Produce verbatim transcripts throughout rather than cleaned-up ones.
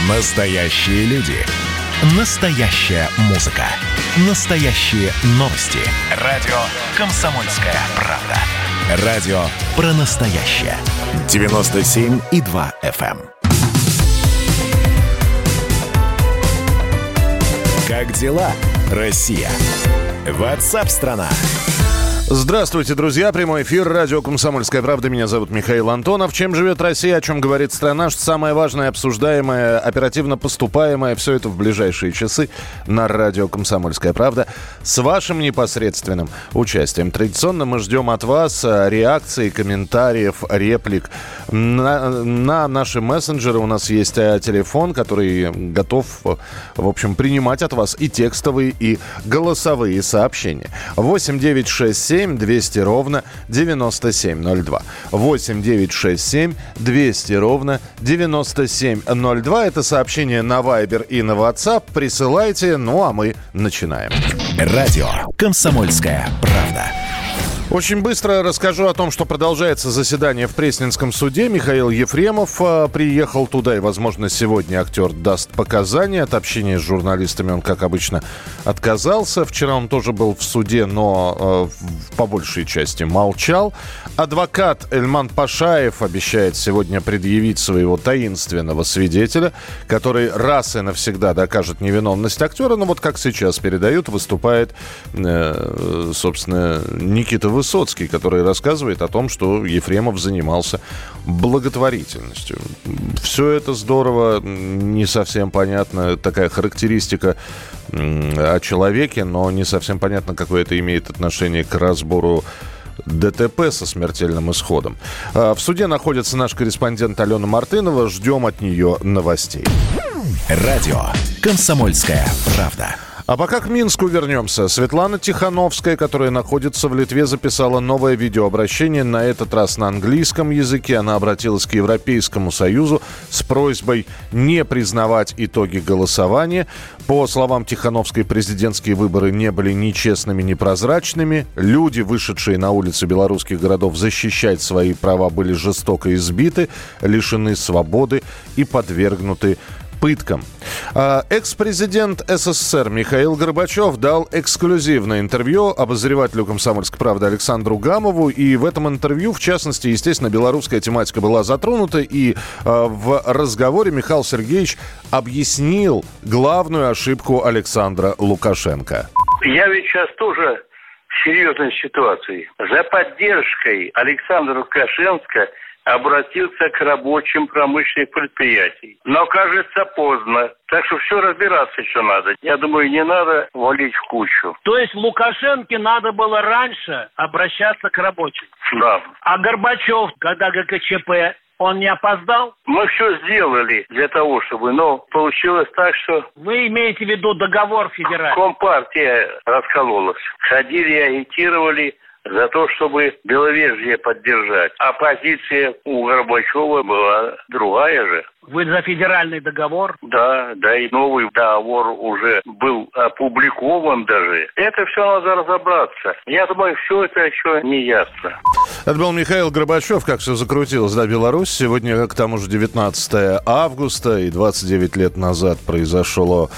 Настоящие люди. Настоящая музыка. Настоящие новости. Радио «Комсомольская правда». Радио про настоящее. девяносто семь и два эф эм. Как дела, Россия? Ватсап-страна! Здравствуйте, друзья. Прямой эфир. Радио «Комсомольская правда». Меня зовут Михаил Антонов. Чем живет Россия, о чем говорит страна, что самое важное, обсуждаемое, оперативно поступаемое, все это в ближайшие часы на радио «Комсомольская правда» с вашим непосредственным участием. Традиционно мы ждем от вас реакций, комментариев, реплик. На, на наши мессенджеры у нас есть телефон, который готов, в общем, принимать от вас и текстовые, и голосовые сообщения. восемь девятьсот шестьдесят семь двести ровно девяносто семь ноль два. восемь девятьсот шестьдесят семь двести ровно девяносто семь ноль два. Это сообщение на Viber и на WhatsApp. Присылайте, ну а мы начинаем. Радио «Комсомольская правда». Очень быстро расскажу о том, что продолжается заседание в Пресненском суде. Михаил Ефремов э, приехал туда, и, возможно, сегодня актер даст показания. От общения с журналистами он, как обычно, отказался. Вчера он тоже был в суде, но э, по большей части молчал. Адвокат Эльман Пашаев обещает сегодня предъявить своего таинственного свидетеля, который раз и навсегда докажет невиновность актера. Но вот как сейчас передают, выступает, э, собственно, Никита Высоцкий, который рассказывает о том, что Ефремов занимался благотворительностью. Все это здорово, не совсем понятно, такая характеристика о человеке, но не совсем понятно, какое это имеет отношение к разбору ДТП со смертельным исходом. В суде находится наш корреспондент Алена Мартынова. Ждем от нее новостей. Радио «Комсомольская правда». А пока к Минску вернемся. Светлана Тихановская, которая находится в Литве, записала новое видеообращение, на этот раз на английском языке. Она обратилась к Европейскому Союзу с просьбой не признавать итоги голосования. По словам Тихановской, президентские выборы не были ни честными, ни прозрачными. Люди, вышедшие на улицы белорусских городов защищать свои права, были жестоко избиты, лишены свободы и подвергнуты пыткам. Экс-президент СССР Михаил Горбачев дал эксклюзивное интервью обозревателю «Комсомольской правды» Александру Гамову. И в этом интервью, в частности, естественно, белорусская тематика была затронута. И э, в разговоре Михаил Сергеевич объяснил главную ошибку Александра Лукашенко. Я ведь сейчас тоже в серьезной ситуации. За поддержкой Александра Лукашенко обратился к рабочим промышленных предприятий. Но, кажется, поздно. Так что все разбираться еще надо. Я думаю, не надо валить в кучу. То есть Лукашенко надо было раньше обращаться к рабочим? Да. А Горбачев, когда ГКЧП, он не опоздал? Мы все сделали для того, чтобы... Но получилось так, что... Вы имеете в виду договор федеральный? Компартия раскололась. Ходили, агитировали за то, чтобы Беловежье поддержать. А позиция у Горбачева была другая же. Вы за федеральный договор? Да, да, и новый договор уже был опубликован даже. Это все надо разобраться. Я думаю, все это еще не ясно. Это был Михаил Горбачев, как все закрутилось, да, Беларусь. Сегодня, к тому же, девятнадцатое августа, и двадцать девять лет назад произошло,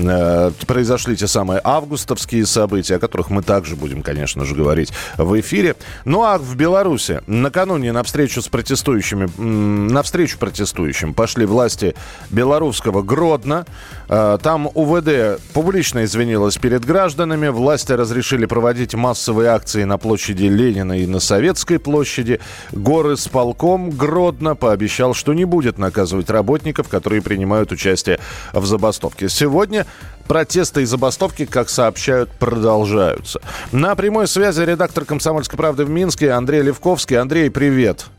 э, произошли те самые августовские события, о которых мы также будем, конечно же, говорить в эфире. Ну, а в Беларуси накануне на встречу с протестующими, на встречу протестующим пошли власти белорусского Гродно. Там УВД публично извинилась перед гражданами. Власти разрешили проводить массовые акции на площади Ленина и на Советской площади. Горисполком Гродно пообещал, что не будет наказывать работников, которые принимают участие в забастовке. Сегодня протесты и забастовки, как сообщают, продолжаются. На прямой связи редактор «Комсомольской правды» в Минске Андрей Левковский. Андрей, привет.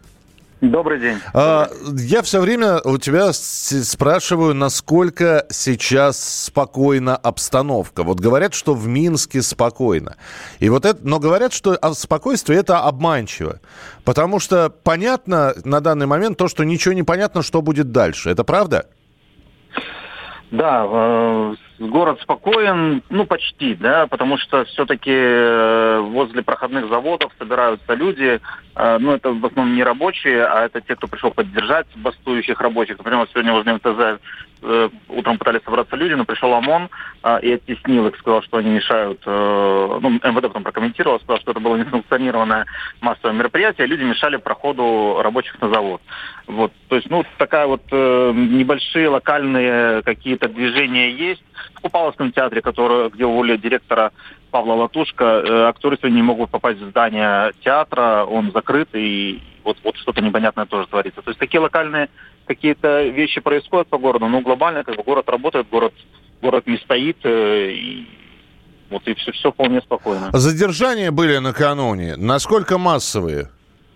Добрый день. А, я все время у тебя спрашиваю, насколько сейчас спокойна обстановка. Вот говорят, что в Минске спокойно. И вот это, но говорят, что спокойствие это обманчиво. Потому что понятно на данный момент то, что ничего не понятно, что будет дальше. Это правда? Да, город спокоен, ну, почти, да, потому что все-таки возле проходных заводов собираются люди, ну, это в основном не рабочие, а это те, кто пришел поддержать бастующих рабочих. Например, сегодня возле эм тэ зэ утром пытались собраться люди, но пришел ОМОН и оттеснил их, сказал, что они мешают, ну, эм вэ дэ потом прокомментировал, сказал, что это было несанкционированное массовое мероприятие, люди мешали проходу рабочих на завод. Вот, то есть, ну, такая вот небольшие локальные какие-то движения есть. В Купаловском театре, который, где уволили директора Павла Латушко, актеры сегодня не могут попасть в здание театра, он закрыт, и вот, вот что-то непонятное тоже творится. То есть такие локальные какие-то вещи происходят по городу, но глобально как бы город работает, город, город не стоит, и вот и все, все вполне спокойно. Задержания были накануне. Насколько массовые?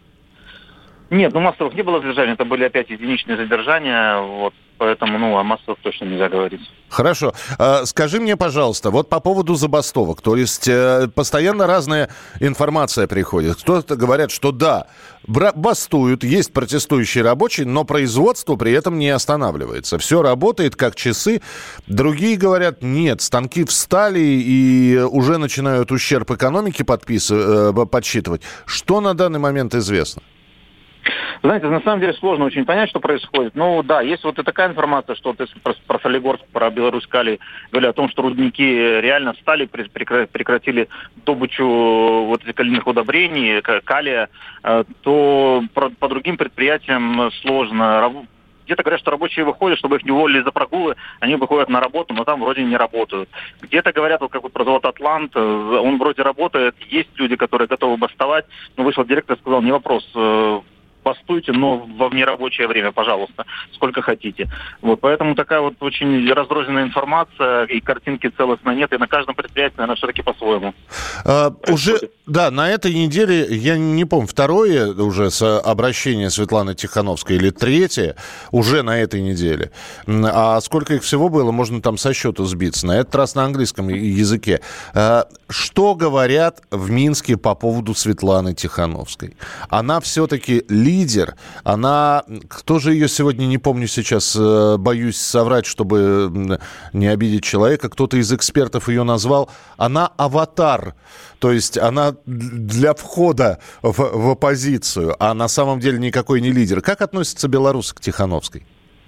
Нет, ну массовых не было задержаний, это были опять единичные задержания, вот, поэтому, ну, о массовых точно нельзя говорить. Хорошо. А, скажи мне, пожалуйста, вот по поводу забастовок, то есть э, постоянно разная информация приходит. Кто-то говорят, что да, бастуют, есть протестующие рабочие, но производство при этом не останавливается. Все работает как часы. Другие говорят, нет, станки встали и уже начинают ущерб экономике подписывать, э, подсчитывать. Что на данный момент известно? Знаете, на самом деле сложно очень понять, что происходит. Ну да, есть вот и такая информация, что вот если про, про Солигорск, про Беларусь Калий говорят о том, что рудники реально встали, прекратили добычу вот этих калийных удобрений, калия, то по, по другим предприятиям сложно. Где-то говорят, что рабочие выходят, чтобы их не уволили за прогулы, они выходят на работу, но там вроде не работают. Где-то говорят, вот как вот про завод «Атлант», он вроде работает, есть люди, которые готовы бастовать, но вышел директор и сказал, не вопрос, бастуйте, но во внерабочее время, пожалуйста, сколько хотите. Вот, поэтому такая вот очень разрозненная информация, и картинки целостно нет, и на каждом предприятии, наверное, все-таки по-своему. А, уже, да, на этой неделе, я не помню, второе уже с обращение Светланы Тихановской или третье, уже на этой неделе. А сколько их всего было, можно там со счету сбиться. На этот раз на английском языке. А, что говорят в Минске по поводу Светланы Тихановской? Она все-таки лидер, она, кто же ее сегодня, не помню сейчас, боюсь соврать, чтобы не обидеть человека, кто-то из экспертов ее назвал, она аватар, то есть она для входа в, в оппозицию, а на самом деле никакой не лидер. Как относятся белорусы к Тихановской?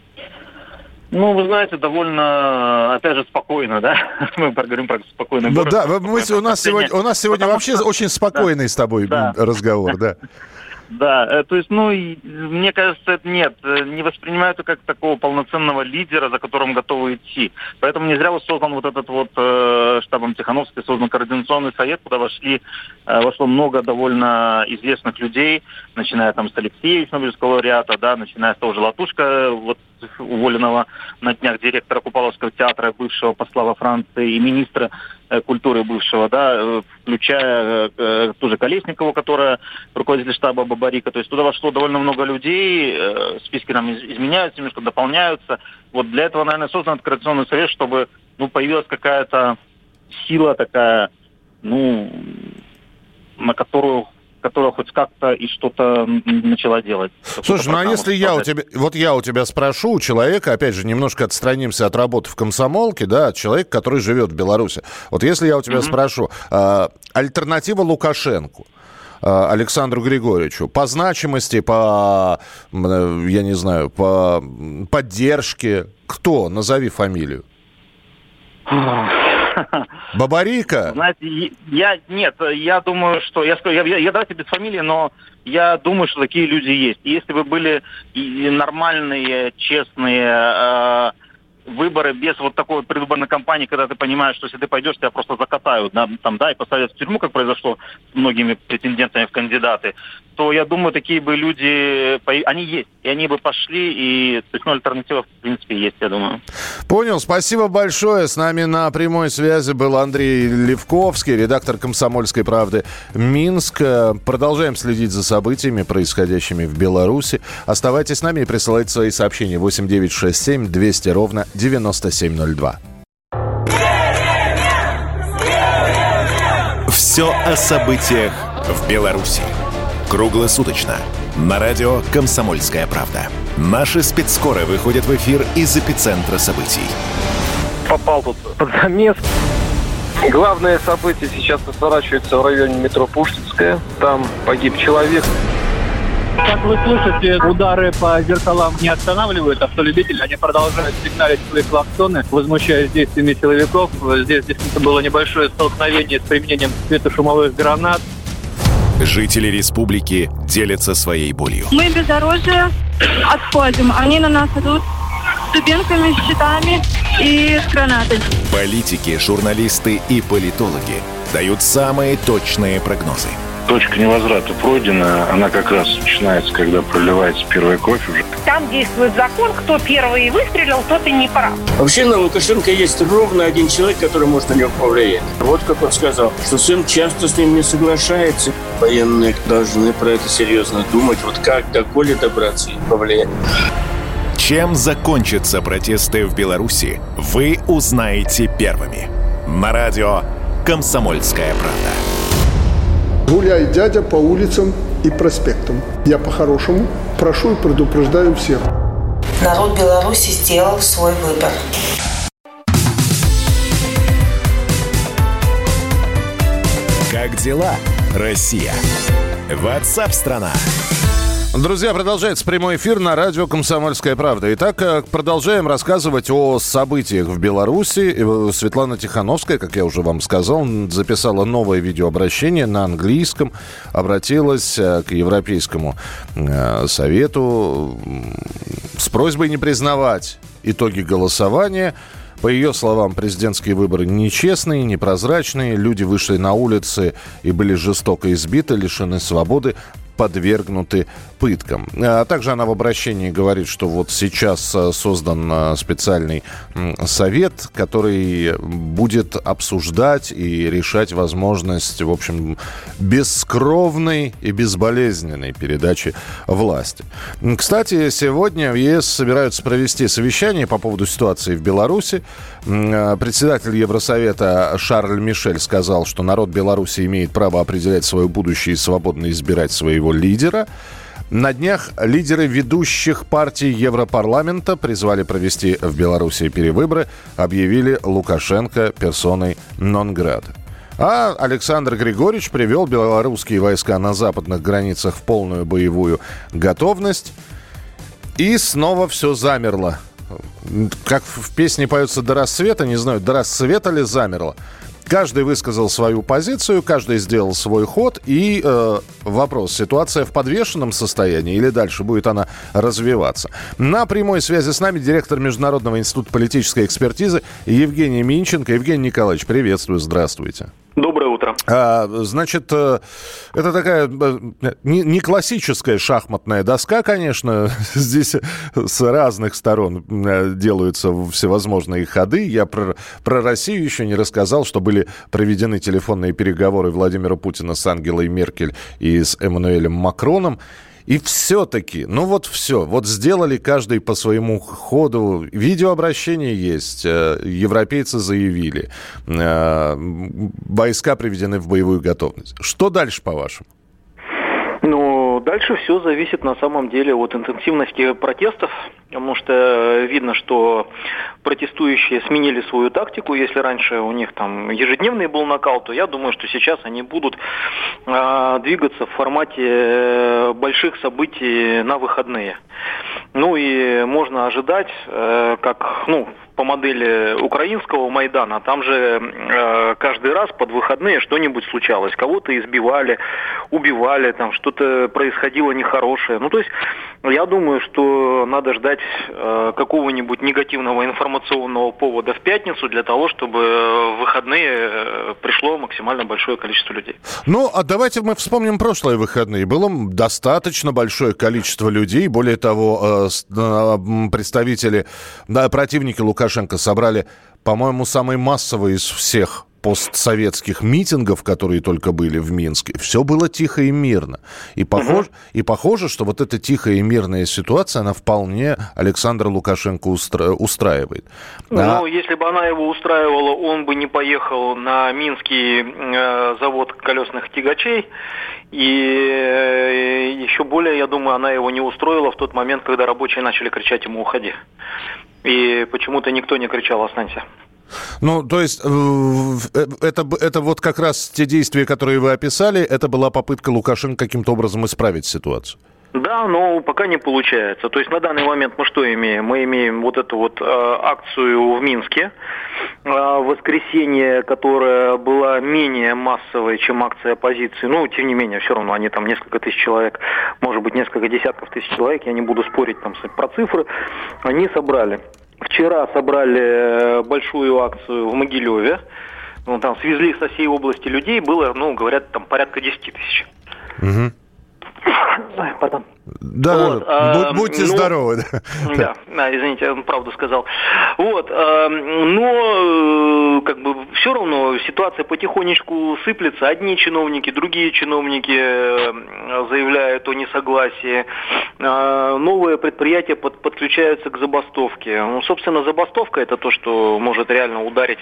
Ну, вы знаете, довольно, опять же, спокойно, да? Мы поговорим про спокойный ну, город. Да, мы, у нас сегодня, у нас сегодня вообще что... очень спокойный да, с тобой да. разговор, да. Да, то есть, ну, мне кажется, нет, не воспринимают это как такого полноценного лидера, за которым готовы идти. Поэтому не зря вот создан вот этот вот э, штабом Тихановской создан координационный совет, куда вошли, э, вошло много довольно известных людей, начиная там с Алексеевича, Нобелевского лауреата, да, начиная с того же Латушко, вот уволенного на днях директора Купаловского театра, бывшего посла во Франции и министра э, культуры бывшего, да, включая э, ту же Колесникову, которая руководитель штаба Бабарика. То есть туда вошло довольно много людей, э, списки там изменяются, немножко дополняются. Вот для этого, наверное, создан координационный совет, чтобы, ну, появилась какая-то сила такая, ну, на которую которая хоть как-то и что-то начала делать. Слушай, ну а если я у тебя, вот я у тебя спрошу, у человека, опять же, немножко отстранимся от работы в комсомолке, да, человек, который живет в Беларуси. Вот если я у тебя mm-hmm. спрошу, э, альтернатива Лукашенку, э, Александру Григорьевичу, по значимости, по, я не знаю, по поддержке, кто? Назови фамилию. Бабарика? Знаете, я нет, я думаю, что я скажу, я, я, я давайте без фамилии, но я думаю, что такие люди есть. И если бы были и нормальные, честные э, выборы без вот такой вот предвыборной кампании, когда ты понимаешь, что если ты пойдешь, тебя просто закатают, да, там, да, и посадят в тюрьму, как произошло с многими претендентами в кандидаты, то я думаю, такие бы люди, они есть, и они бы пошли, и то есть, ну, альтернатива, в принципе, есть, я думаю. Понял, спасибо большое. С нами на прямой связи был Андрей Левковский, редактор «Комсомольской правды» Минск. Продолжаем следить за событиями, происходящими в Беларуси. Оставайтесь с нами и присылайте свои сообщения восемь девятьсот шестьдесят семь двести ровно девяносто семь ноль два. Все о событиях в Беларуси. Круглосуточно. На радио «Комсомольская правда». Наши спецскоры выходят в эфир из эпицентра событий. попал тут под замес. Главное событие сейчас разворачивается в районе метро Пушкинская. Там погиб человек. Как вы слышите, удары по зеркалам не останавливают автолюбителей. Они продолжают сигналить свои клаксоны, возмущаясь действиями силовиков. Здесь действительно было небольшое столкновение с применением светошумовых гранат. Жители республики делятся своей болью. Мы без оружия отходим. Они на нас идут с дубинками, с щитами и с гранатами. Политики, журналисты и политологи дают самые точные прогнозы. Точка невозврата пройдена, она как раз начинается, когда проливается первая кровь уже. Там действует закон, кто первый выстрелил, тот и не прав. Вообще на Лукашенко есть ровно один человек, который может на него повлиять. Вот как он сказал, что сын часто с ним не соглашается. Военные должны про это серьезно думать, вот как до Коли добраться и повлиять. Чем закончатся протесты в Беларуси, вы узнаете первыми. На радио «Комсомольская правда». Гуляй, дядя, по улицам и проспектам. Я по-хорошему прошу и предупреждаю всех. Народ Беларуси сделал свой выбор. Как дела, Россия? Ватсап-страна! Друзья, продолжается прямой эфир на радио «Комсомольская правда». Итак, продолжаем рассказывать о событиях в Беларуси. Светлана Тихановская, как я уже вам сказал, записала новое видеообращение на английском, обратилась к Европейскому Совету с просьбой не признавать итоги голосования. По ее словам, президентские выборы нечестные, непрозрачные. Люди вышли на улицы и были жестоко избиты, лишены свободы, подвергнуты пыткам. А также она в обращении говорит, что вот сейчас создан специальный совет, который будет обсуждать и решать возможность, в общем, бескровной и безболезненной передачи власти. Кстати, сегодня в ЕС собираются провести совещание по поводу ситуации в Беларуси. Председатель Евросовета Шарль Мишель сказал, что народ Беларуси имеет право определять свое будущее и свободно избирать своего лидера. На днях лидеры ведущих партий Европарламента призвали провести в Беларуси перевыборы, объявили Лукашенко персоной нон-грата. А Александр Григорьевич привел белорусские войска на западных границах в полную боевую готовность. И снова все замерло. Как в песне поется «До рассвета», не знаю, до рассвета ли замерло. Каждый высказал свою позицию, каждый сделал свой ход. И э, вопрос, ситуация в подвешенном состоянии или дальше будет она развиваться? На прямой связи с нами директор Международного института политической экспертизы Евгений Минченко. Евгений Николаевич, приветствую, здравствуйте. Доброе утро. А, значит, это такая не, не классическая шахматная доска, конечно. Здесь с разных сторон делаются всевозможные ходы. Я про, про Россию еще не рассказал, что были проведены телефонные переговоры Владимира Путина с Ангелой Меркель и с Эммануэлем Макроном. И все-таки, ну вот все, вот сделали каждый по своему ходу. Видеообращение есть, европейцы заявили, войска приведены в боевую готовность. Что дальше, по-вашему? Ну, дальше все зависит на самом деле от интенсивности протестов, потому что видно, что протестующие сменили свою тактику. Если раньше у них там ежедневный был накал, то я думаю, что сейчас они будут э, двигаться в формате больших событий на выходные. Ну и можно ожидать, э, как, ну, по модели украинского Майдана, там же э, каждый раз под выходные что-нибудь случалось. Кого-то избивали, убивали, там что-то происходило нехорошее. Ну, то есть, я думаю, что надо ждать э, какого-нибудь негативного информационного повода в пятницу для того, чтобы в выходные э, пришло максимально большое количество людей. Ну, а давайте мы вспомним прошлые выходные. Было достаточно большое количество людей. Более того, э, представители, да, противники Лукашенко Лукашенко собрали, по-моему, самый массовый из всех постсоветских митингов, которые только были в Минске. Все было тихо и мирно. И похоже, угу. и похоже, что вот эта тихая и мирная ситуация, она вполне Александра Лукашенко устра... устраивает. Ну, а... если бы она его устраивала, он бы не поехал на Минский э, завод колесных тягачей. И еще более, я думаю, она его не устроила в тот момент, когда рабочие начали кричать ему «уходи». И почему-то никто не кричал «останься». Ну, то есть это, это вот как раз те действия, которые вы описали, это была попытка Лукашенко каким-то образом исправить ситуацию? Да, но пока не получается. То есть на данный момент мы что имеем? Мы имеем вот эту вот э, акцию в Минске э, в воскресенье, которая была менее массовой, чем акция оппозиции. Но, тем не менее, все равно они там несколько тысяч человек, может быть, несколько десятков тысяч человек, я не буду спорить там про цифры, они собрали. Вчера собрали большую акцию в Могилеве. Ну, там свезли со всей области людей, было, ну, говорят, там порядка десять тысяч. Угу. Потом. Да, вот, а, будьте ну, здоровы. Да, да, извините, я правду сказал. Вот, а, но как бы все равно ситуация потихонечку сыплется. Одни чиновники, другие чиновники заявляют о несогласии. А, новые предприятия под, подключаются к забастовке. Ну, собственно, забастовка — это то, что может реально ударить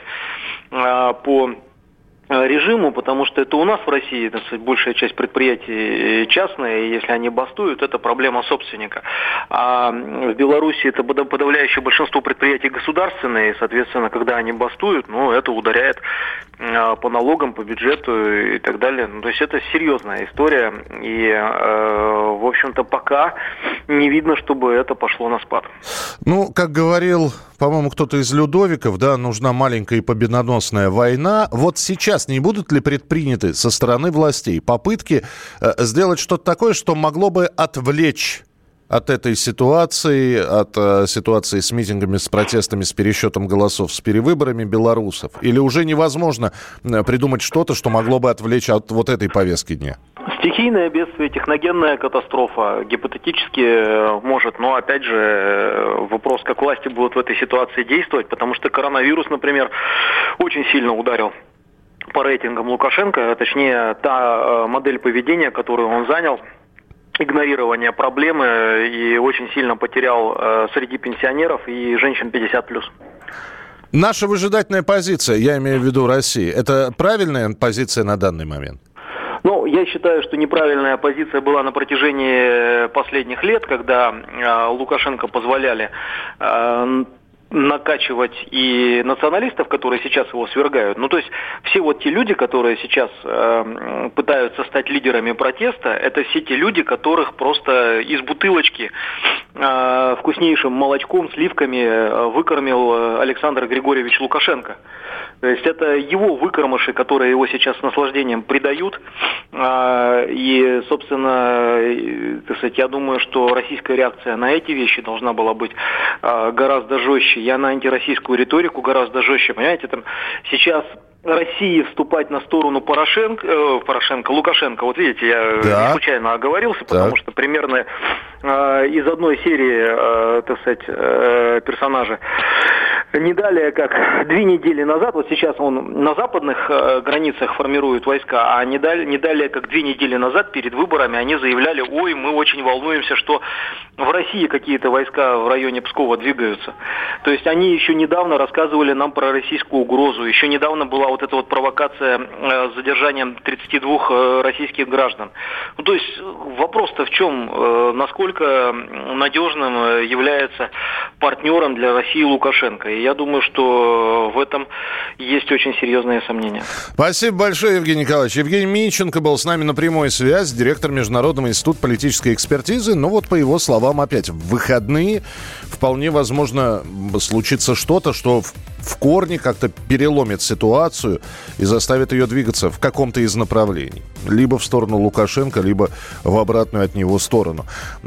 а, по режиму, потому что это у нас в России, так сказать, большая часть предприятий частная, и если они бастуют, это проблема собственника. А в Беларуси это подавляющее большинство предприятий государственные, и, соответственно, когда они бастуют, ну, это ударяет по налогам, по бюджету и так далее. Ну, то есть это серьезная история, и, э, в общем-то, пока не видно, чтобы это пошло на спад. Ну, как говорил, по-моему, кто-то из Людовиков, да, нужна маленькая и победоносная война. Вот сейчас не будут ли предприняты со стороны властей попытки э, сделать что-то такое, что могло бы отвлечь от этой ситуации, от э, ситуации с митингами, с протестами, с пересчетом голосов, с перевыборами белорусов? Или уже невозможно э, придумать что-то, что могло бы отвлечь от вот этой повестки дня? Стихийное бедствие, техногенная катастрофа гипотетически может, но опять же вопрос, как власти будут в этой ситуации действовать, потому что коронавирус, например, очень сильно ударил по рейтингам Лукашенко, точнее та модель поведения, которую он занял, игнорирование проблемы, и очень сильно потерял э, среди пенсионеров и женщин пятьдесят плюс. Наша выжидательная позиция, я имею в виду России, это правильная позиция на данный момент? Ну, я считаю, что неправильная позиция была на протяжении последних лет, когда э, Лукашенко позволяли э, накачивать и националистов, которые сейчас его свергают. Ну, то есть все вот те люди, которые сейчас э, пытаются стать лидерами протеста, это все те люди, которых просто из бутылочки э, вкуснейшим молочком, сливками выкормил Александр Григорьевич Лукашенко. То есть это его выкормыши, которые его сейчас с наслаждением предают. Э, и, собственно, так сказать, я думаю, что российская реакция на эти вещи должна была быть э, гораздо жестче. Я на антироссийскую риторику гораздо жестче. Понимаете, там сейчас России вступать на сторону Порошенко, э, Порошенко, Лукашенко, вот видите, я да. не случайно оговорился, потому да. что примерно э, из одной серии, э, так сказать, э, персонажа не далее, как две недели назад, вот сейчас он на западных э, границах формирует войска, а не далее, не далее, как две недели назад перед выборами они заявляли: ой, мы очень волнуемся, что в России какие-то войска в районе Пскова двигаются. То есть они еще недавно рассказывали нам про российскую угрозу, еще недавно была вот эта вот провокация э, с задержанием тридцати двух э, российских граждан. Ну, то есть вопрос-то в чем? Э, насколько надежным является партнером для России Лукашенко? И я думаю, что в этом есть очень серьезные сомнения. Спасибо большое, Евгений Николаевич. Евгений Мищенко был с нами на прямой связи, директор Международного института политической экспертизы. Ну вот, по его словам, опять в выходные вполне возможно случится что-то, что в, в корне как-то переломит ситуацию и заставит ее двигаться в каком-то из направлений. Либо в сторону Лукашенко, либо в обратную от него сторону.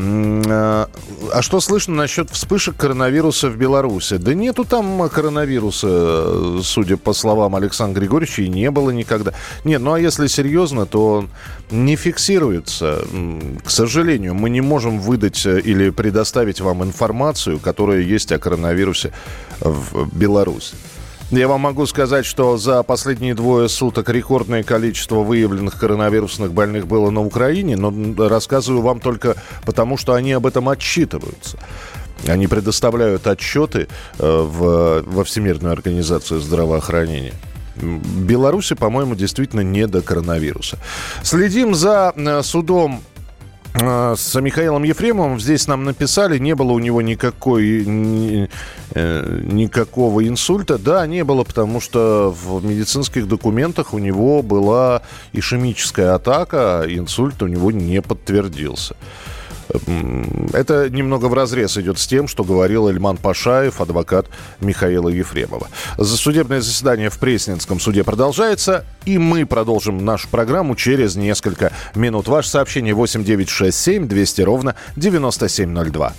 А что слышно насчет вспышек коронавируса в Беларуси? Да нету там коронавируса, судя по словам Александра Григорьевича, и не было никогда. Нет, ну а если серьезно, то он не фиксируется. К сожалению, мы не можем выдать или предоставить вам информацию, которая есть о коронавирусе в Беларуси. Я вам могу сказать, что за последние двое суток рекордное количество выявленных коронавирусных больных было на Украине, но рассказываю вам только потому, что они об этом отчитываются. Они предоставляют отчеты в, во Всемирную организацию здравоохранения. В Беларуси, по-моему, действительно не до коронавируса. Следим за судом с Михаилом Ефремовым. Здесь нам написали, не было у него никакой, ни, э, никакого инсульта. Да, не было, потому что в медицинских документах у него была ишемическая атака, инсульт у него не подтвердился. Это немного вразрез идет с тем, что говорил Ильман Пашаев, адвокат Михаила Ефремова. Судебное заседание в Пресненском суде продолжается, и мы продолжим нашу программу через несколько минут. Ваше сообщение восемь девятьсот шестьдесят семь двести ровно девяносто семь ноль два.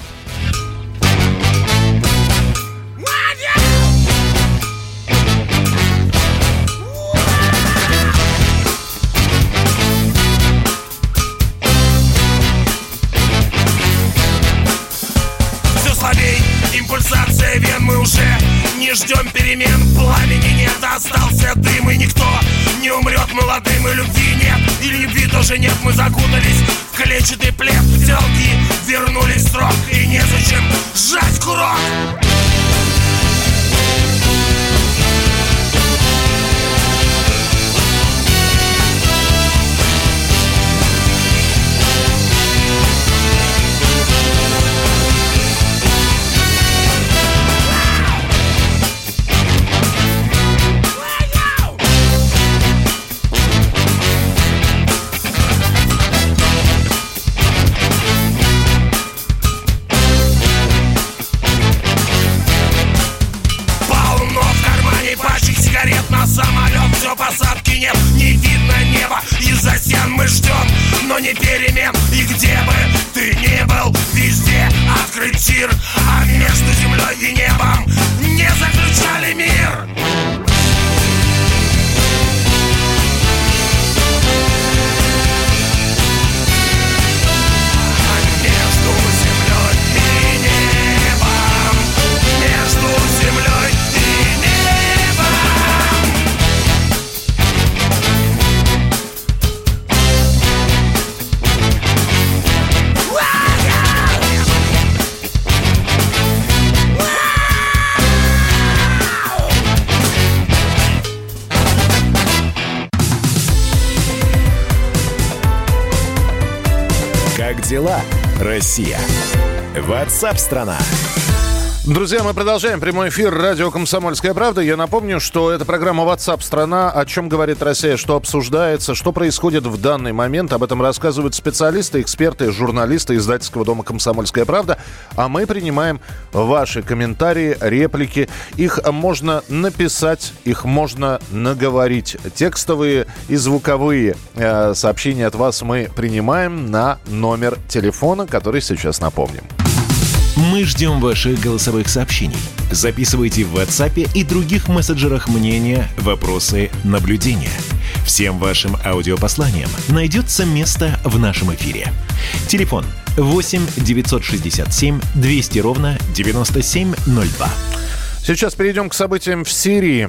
Пульсация вен, мы уже не ждем перемен. Пламени нет, остался дым, и никто не умрет молодым, и любви нет, и любви тоже нет. Мы закутались в клетчатый плед, телки вернулись в срок, и незачем сжать курок. Самолет, все, посадки нет, не видно неба. Из-за стен мы ждем, но не перемен. И где бы ты ни был, везде открыт тир. А между землей и небом не заключали мир. Как дела, Россия? WhatsApp-страна. Друзья, мы продолжаем прямой эфир радио «Комсомольская правда». Я напомню, что это программа WhatsApp страна. О чем говорит Россия, что обсуждается, что происходит в данный момент. Об этом рассказывают специалисты, эксперты, журналисты издательского дома «Комсомольская правда». А мы принимаем ваши комментарии, реплики. Их можно написать, их можно наговорить. Текстовые и звуковые э, сообщения от вас мы принимаем на номер телефона, который сейчас напомним. Мы ждем ваших голосовых сообщений. Записывайте в WhatsApp и других мессенджерах мнения, вопросы, наблюдения. Всем вашим аудиопосланиям найдется место в нашем эфире. Телефон восемь девятьсот шестьдесят семь двести ровно девяносто семь ноль два. Сейчас перейдем к событиям в Сирии.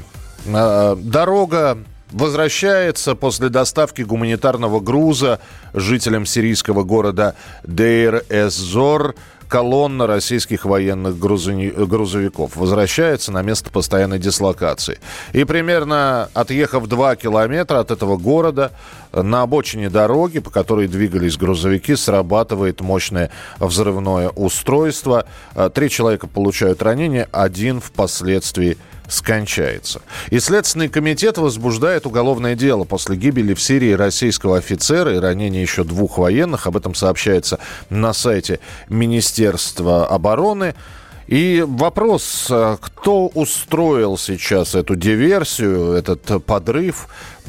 Дорога возвращается после доставки гуманитарного груза жителям сирийского города Дейр-эз-Зор. Колонна российских военных грузовиков возвращается на место постоянной дислокации. И примерно отъехав два километра от этого города, на обочине дороги, по которой двигались грузовики, срабатывает мощное взрывное устройство. Три человека получают ранения, один впоследствии скончается. И Следственный комитет возбуждает уголовное дело после гибели в Сирии российского офицера и ранения еще двух военных. Об этом сообщается на сайте Министерства обороны. И вопрос, кто устроил сейчас эту диверсию, этот подрыв,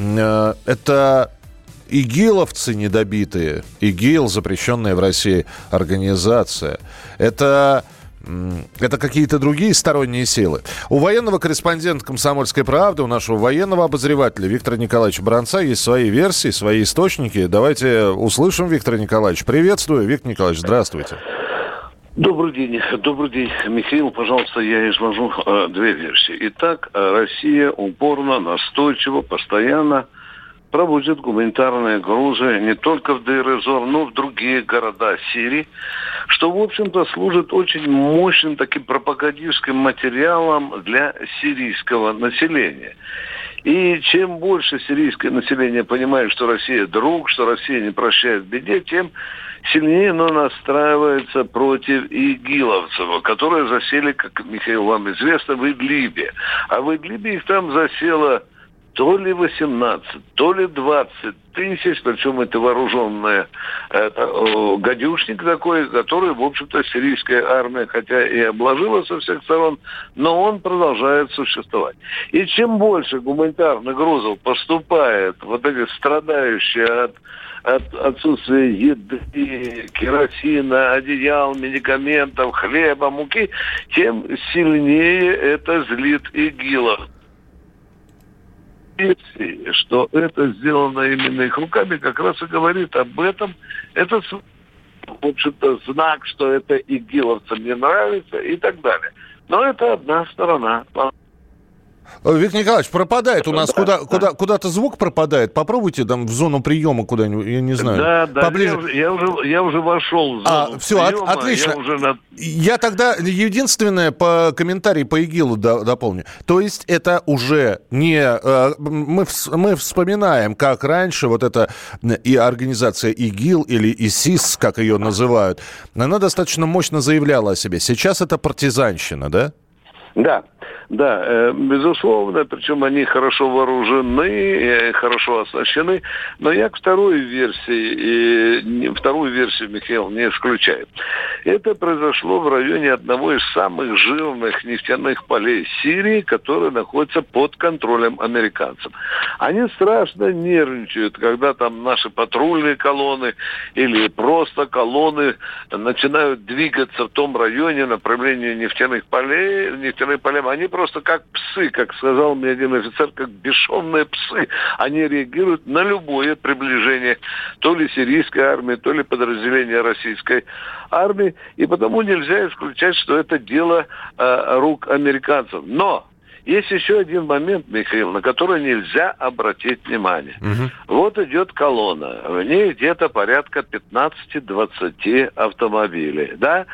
это игиловцы недобитые, ИГИЛ, запрещенная в России организация, это... Это какие-то другие сторонние силы. У военного корреспондента «Комсомольской правды», у нашего военного обозревателя Виктора Николаевича Баранца есть свои версии, свои источники. Давайте услышим Виктора Николаевича. Приветствую, Виктор Николаевич, здравствуйте. Добрый день. Добрый день, Михаил. Пожалуйста, я изложу э, две версии. Итак, Россия упорно, настойчиво, постоянно проводит гуманитарные грузы не только в Дейр-эз-Зор, но и в другие города Сирии, что, в общем-то, служит очень мощным таким пропагандистским материалом для сирийского населения. И чем больше сирийское население понимает, что Россия друг, что Россия не прощает в беде, тем сильнее оно настраивается против игиловцев, которые засели, как, Михаил, вам известно, в Идлибе. А в Идлибе их там засело то ли восемнадцать, то ли двадцать тысяч, причем это вооруженная это, о, гадюшник такой, который, в общем-то, сирийская армия, хотя и обложила со всех сторон, но он продолжает существовать. И чем больше гуманитарных грузов поступает, вот эти страдающие от, от отсутствия еды, керосина, одеял, медикаментов, хлеба, муки, тем сильнее это злит игилов. Что это сделано именно их руками, как раз и говорит об этом. Это, в общем-то, знак, что это игиловцам не нравится и так далее. Но это одна сторона. Виктор Николаевич, пропадает у нас, да, куда, да. Куда, куда-то звук пропадает. Попробуйте там в зону приема куда-нибудь, я не знаю. Да, да, поближе. Я, уже, я, уже, я уже вошел в зону а, все, приема. От, отлично. Я, уже на... я тогда единственное по комментарий по ИГИЛу дополню. То есть это уже не... Мы, мы вспоминаем, как раньше вот эта и организация ИГИЛ или ИСИС, как ее называют, она достаточно мощно заявляла о себе. Сейчас это партизанщина, да? Да, да, э, безусловно, причем они хорошо вооружены, э, хорошо оснащены, но я к второй версии, э, не, вторую версию, Михаил, не исключаю. Это произошло в районе одного из самых жирных нефтяных полей Сирии, которые находятся под контролем американцев. Они страшно нервничают, когда там наши патрульные колонны или просто колонны начинают двигаться в том районе направлении нефтяных полей, нефтяных полям, они просто как псы, как сказал мне один офицер, как бешеные псы. Они реагируют на любое приближение то ли сирийской армии, то ли подразделения российской армии. И потому нельзя исключать, что это дело э, рук американцев. Но есть еще один момент, Михаил, на который нельзя обратить внимание. Угу. Вот идет колонна. В ней где-то порядка пятнадцать-двадцать автомобилей. Да?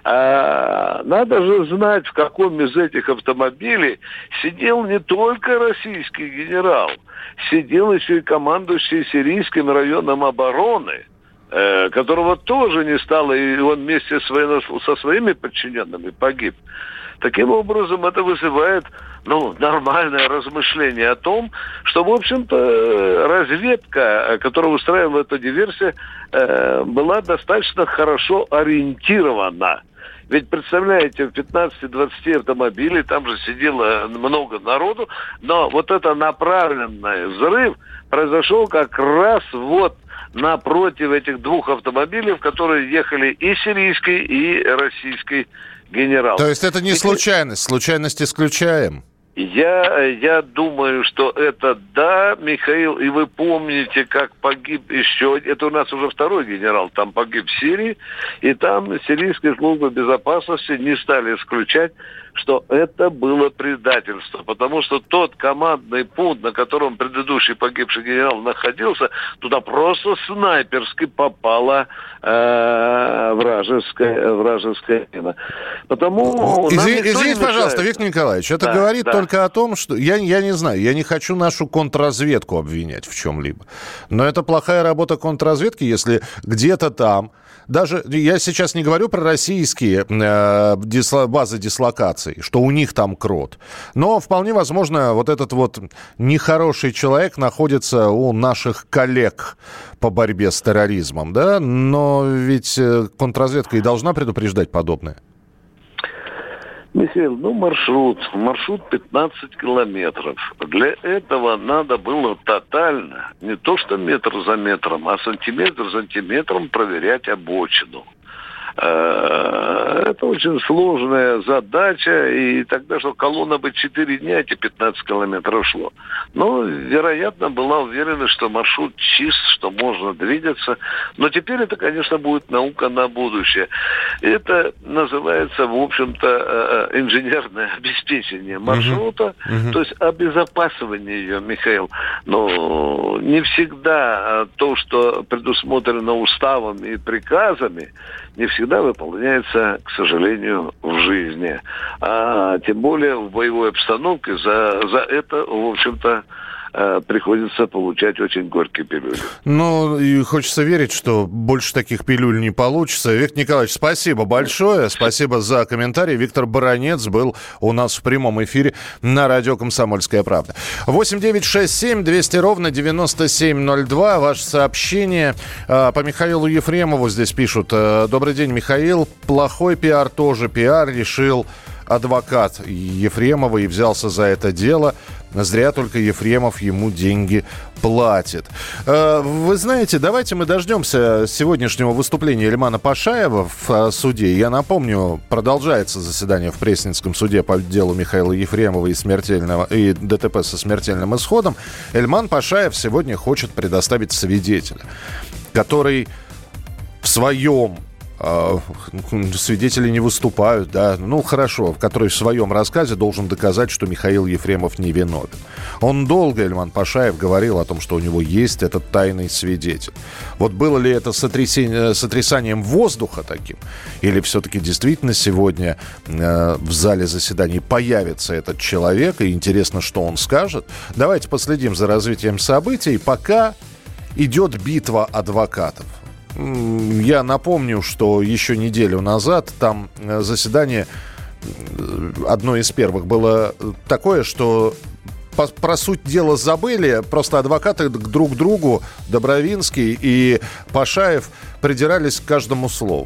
А, надо же знать, в каком из этих автомобилей сидел не только российский генерал, сидел еще и командующий сирийским районом обороны, э, которого тоже не стало, и он вместе с военно... со своими подчиненными погиб. Таким образом, это вызывает ну, нормальное размышление о том, что, в общем-то, разведка, которая устраивала эту диверсию, э, была достаточно хорошо ориентирована. Ведь, представляете, в пятнадцать-двадцать автомобилей, там же сидело много народу, но вот это направленный взрыв произошел как раз вот напротив этих двух автомобилей, в которые ехали и сирийский, и российский генерал. То есть это не случайность, случайность исключаем? Я, я думаю, что это да, Михаил, и вы помните, как погиб еще, это у нас уже второй генерал, там погиб в Сирии, и там сирийские службы безопасности не стали исключать, что это было предательство, потому что тот командный пункт, на котором предыдущий погибший генерал находился, туда просто снайперски попала э, вражеская, вражеская мина. Потому... Извини, извините, пожалуйста, Виктор Николаевич, это да, говорит да. только о том, что... Я, я не знаю, я не хочу нашу контрразведку обвинять в чем-либо, но это плохая работа контрразведки, если где-то там, даже я сейчас не говорю про российские э, дисло, базы дислокации, что у них там крот. Но вполне возможно, вот этот вот нехороший человек находится у наших коллег по борьбе с терроризмом, да? Но ведь контрразведка и должна предупреждать подобное. Михаил, ну маршрут, маршрут пятнадцать километров. Для этого надо было тотально, не то что метр за метром, а сантиметр за сантиметром проверять обочину. Это очень сложная задача, и тогда, что колонна бы четыре дня эти пятнадцать километров шло. Но, вероятно, была уверена, что маршрут чист, что можно двигаться. Но теперь это, конечно, будет наука на будущее. Это называется, в общем-то, инженерное обеспечение маршрута, uh-huh. то есть обезопасивание ее, Михаил. Но не всегда то, что предусмотрено уставом и приказами, не всегда всегда выполняется, к сожалению, в жизни. А тем более в боевой обстановке за, за это, в общем-то, приходится получать очень горькие пилюли. Ну, и хочется верить, что больше таких пилюль не получится. Виктор Николаевич, спасибо большое. Спасибо за комментарий. Виктор Баранец был у нас в прямом эфире на радио «Комсомольская правда». восемь девятьсот шестьдесят семь двести ровно девяносто семь ноль два. Ваше сообщение по Михаилу Ефремову здесь пишут. Добрый день, Михаил. Плохой пиар тоже пиар. Решил адвокат Ефремова и взялся за это дело. Зря только Ефремов ему деньги платит. Вы знаете, давайте мы дождемся сегодняшнего выступления Ильмана Пашаева в суде. Я напомню, продолжается заседание в Пресненском суде по делу Михаила Ефремова и, смертельного, и ДТП со смертельным исходом. Ильман Пашаев сегодня хочет предоставить свидетеля, который в своем... свидетели не выступают, да, ну хорошо, который в своем рассказе должен доказать, что Михаил Ефремов невиновен. Он долго, Ильман Пашаев, говорил о том, что у него есть этот тайный свидетель. Вот было ли это сотрясение, сотрясанием воздуха таким, или все-таки действительно сегодня э, в зале заседаний появится этот человек, и интересно, что он скажет. Давайте последим за развитием событий, пока идет битва адвокатов. Я напомню, что еще неделю назад там заседание, одно из первых, было такое, что по, про суть дела забыли, просто адвокаты друг к другу, Добровинский и Пашаев, придирались к каждому слову.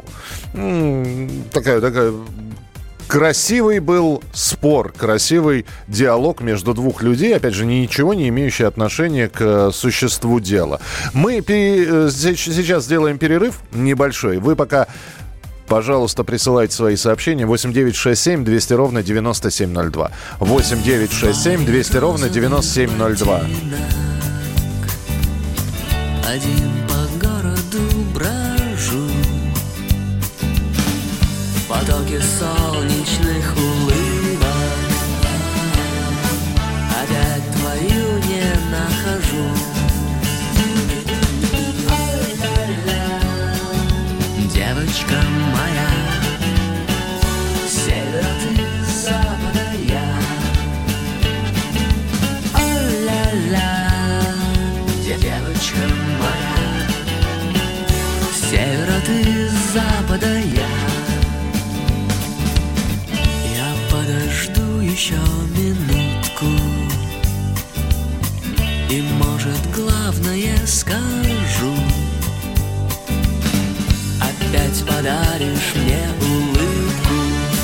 Такая, такая... Красивый был спор, красивый диалог между двух людей, опять же, ничего не имеющий отношения к существу дела. Мы пере... сейчас сделаем перерыв небольшой. Вы пока, пожалуйста, присылайте свои сообщения. восемь девятьсот шестьдесят семь двести ровно девяносто семь ноль два. восемь девятьсот шестьдесят семь двести ровно девяносто семь ноль два. Один по городу брожу, потоки солнечных улыбок, опять твою не нахожу. Девочка моя, с севера ты, с запада я. О-ля-ля, где девочка моя, с севера ты, с запада я. Подожду еще минутку, и, может, главное скажу. Опять подаришь мне улыбку,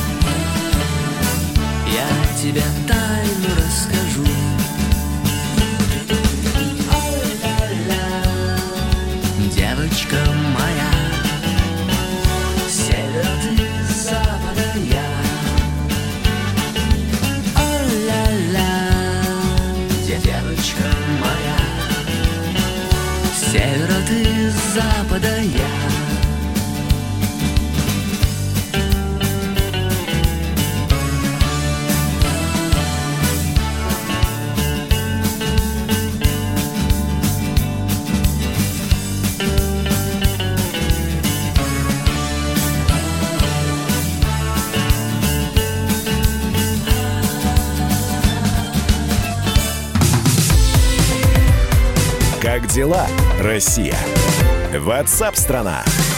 я тебе тайну расскажу. Девочка моя, с севера ты, с запада я. Девочка моя, с севера ты, с запада я. Как дела, Россия? WhatsApp-страна.